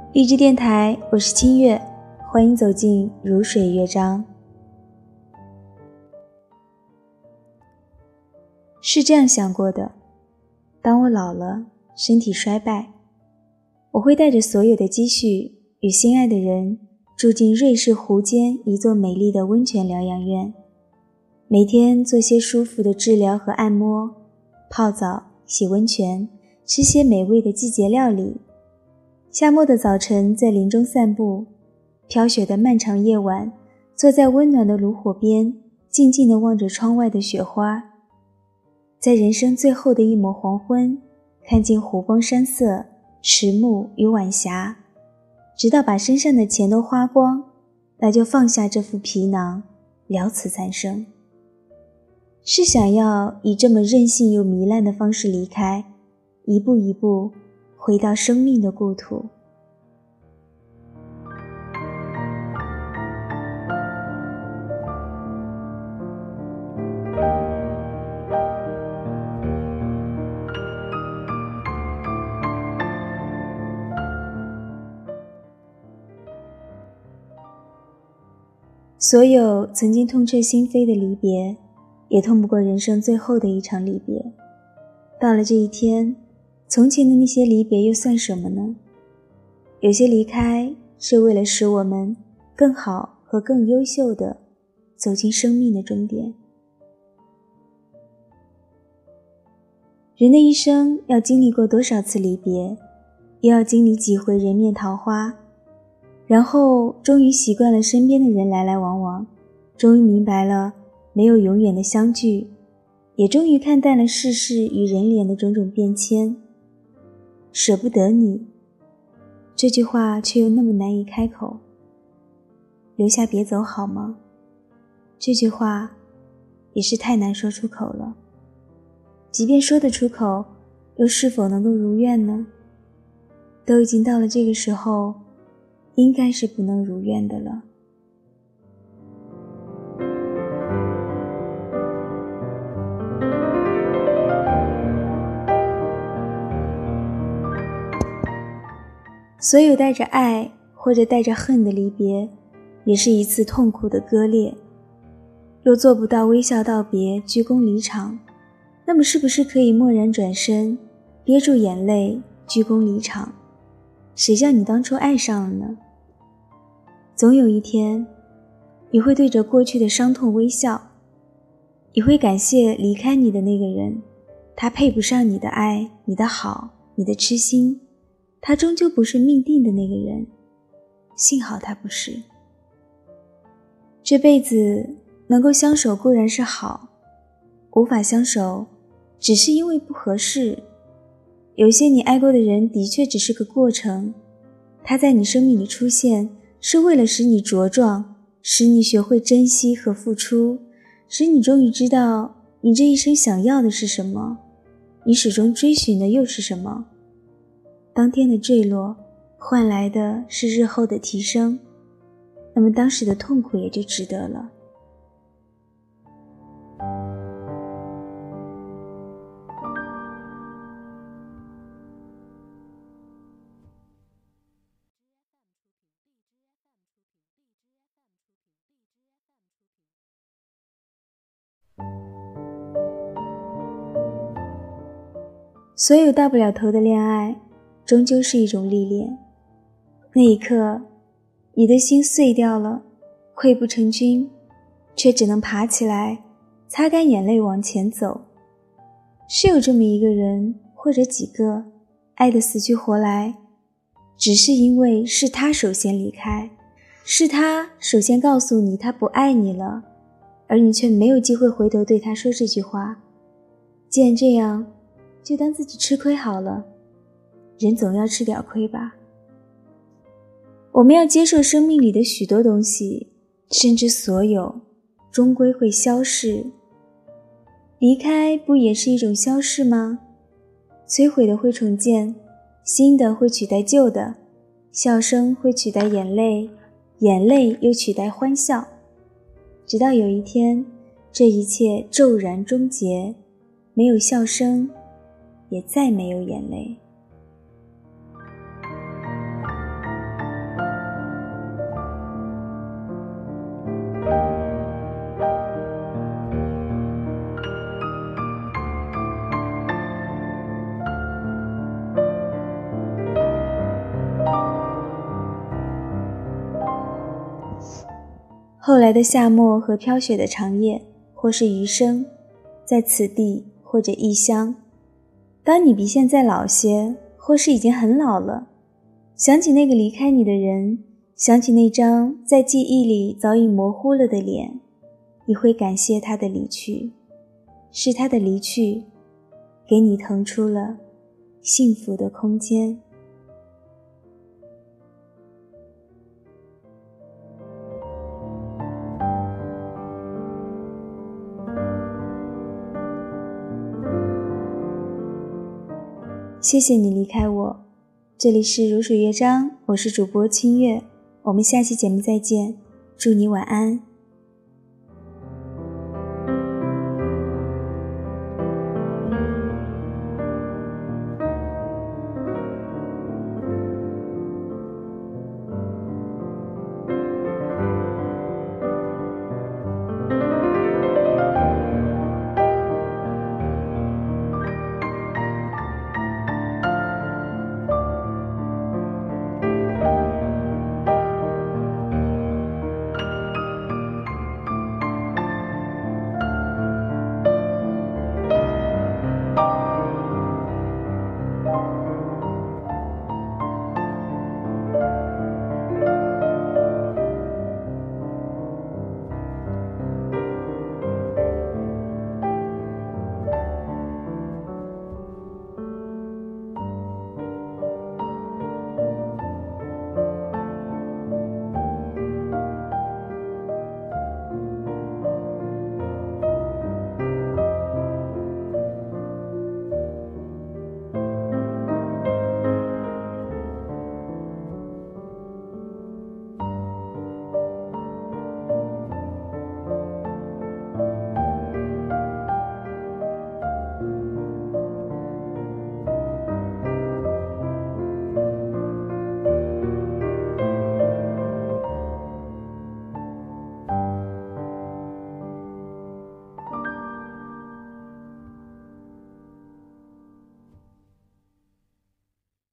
励志电台，我是清月，欢迎走进如水乐章。是这样想过的，当我老了，身体衰败，我会带着所有的积蓄与心爱的人住进瑞士湖间一座美丽的温泉疗养院，每天做些舒服的治疗和按摩，泡澡、洗温泉，吃些美味的季节料理。夏末的早晨在林中散步，飘雪的漫长夜晚，坐在温暖的炉火边，静静地望着窗外的雪花。在人生最后的一抹黄昏，看尽湖光山色、迟暮与晚霞，直到把身上的钱都花光，那就放下这副皮囊，了此残生。是想要以这么任性又糜烂的方式离开，一步一步回到生命的故土。所有曾经痛彻心扉的离别，也痛不过人生最后的一场离别。到了这一天，从前的那些离别又算什么呢？有些离开是为了使我们更好和更优秀地走进生命的终点。人的一生要经历过多少次离别，又要经历几回人面桃花，然后终于习惯了身边的人来来往往，终于明白了没有永远的相聚，也终于看淡了世事与人脸的种种变迁。舍不得你，这句话却又那么难以开口。留下别走好吗？这句话也是太难说出口了。即便说得出口，又是否能够如愿呢？都已经到了这个时候，应该是不能如愿的了。所有带着爱或者带着恨的离别，也是一次痛苦的割裂。若做不到微笑道别，鞠躬离场，那么是不是可以默然转身，憋住眼泪，鞠躬离场？谁叫你当初爱上了呢？总有一天，你会对着过去的伤痛微笑，你会感谢离开你的那个人，他配不上你的爱，你的好，你的痴心，他终究不是命定的那个人，幸好他不是。这辈子能够相守固然是好，无法相守，只是因为不合适。有些你爱过的人的确只是个过程，他在你生命里出现，是为了使你茁壮，使你学会珍惜和付出，使你终于知道你这一生想要的是什么，你始终追寻的又是什么。当天的坠落换来的是日后的提升，那么当时的痛苦也就值得了。所有到不了头的恋爱，终究是一种历练。那一刻，你的心碎掉了，溃不成军，却只能爬起来，擦干眼泪往前走。是有这么一个人，或者几个，爱得死去活来，只是因为是他首先离开，是他首先告诉你他不爱你了，而你却没有机会回头对他说这句话。既然这样，就当自己吃亏好了，人总要吃点亏吧。我们要接受生命里的许多东西，甚至所有，终归会消逝。离开不也是一种消逝吗？摧毁的会重建，新的会取代旧的，笑声会取代眼泪，眼泪又取代欢笑，直到有一天，这一切骤然终结，没有笑声，也再没有眼泪。 后来的夏末和飘雪的长夜，或是余生，在此地或者异乡。当你比现在老些，或是已经很老了，想起那个离开你的人，想起那张在记忆里早已模糊了的脸，你会感谢他的离去，是他的离去给你腾出了幸福的空间。谢谢你离开我，这里是如水乐章，我是主播清月，我们下期节目再见，祝你晚安。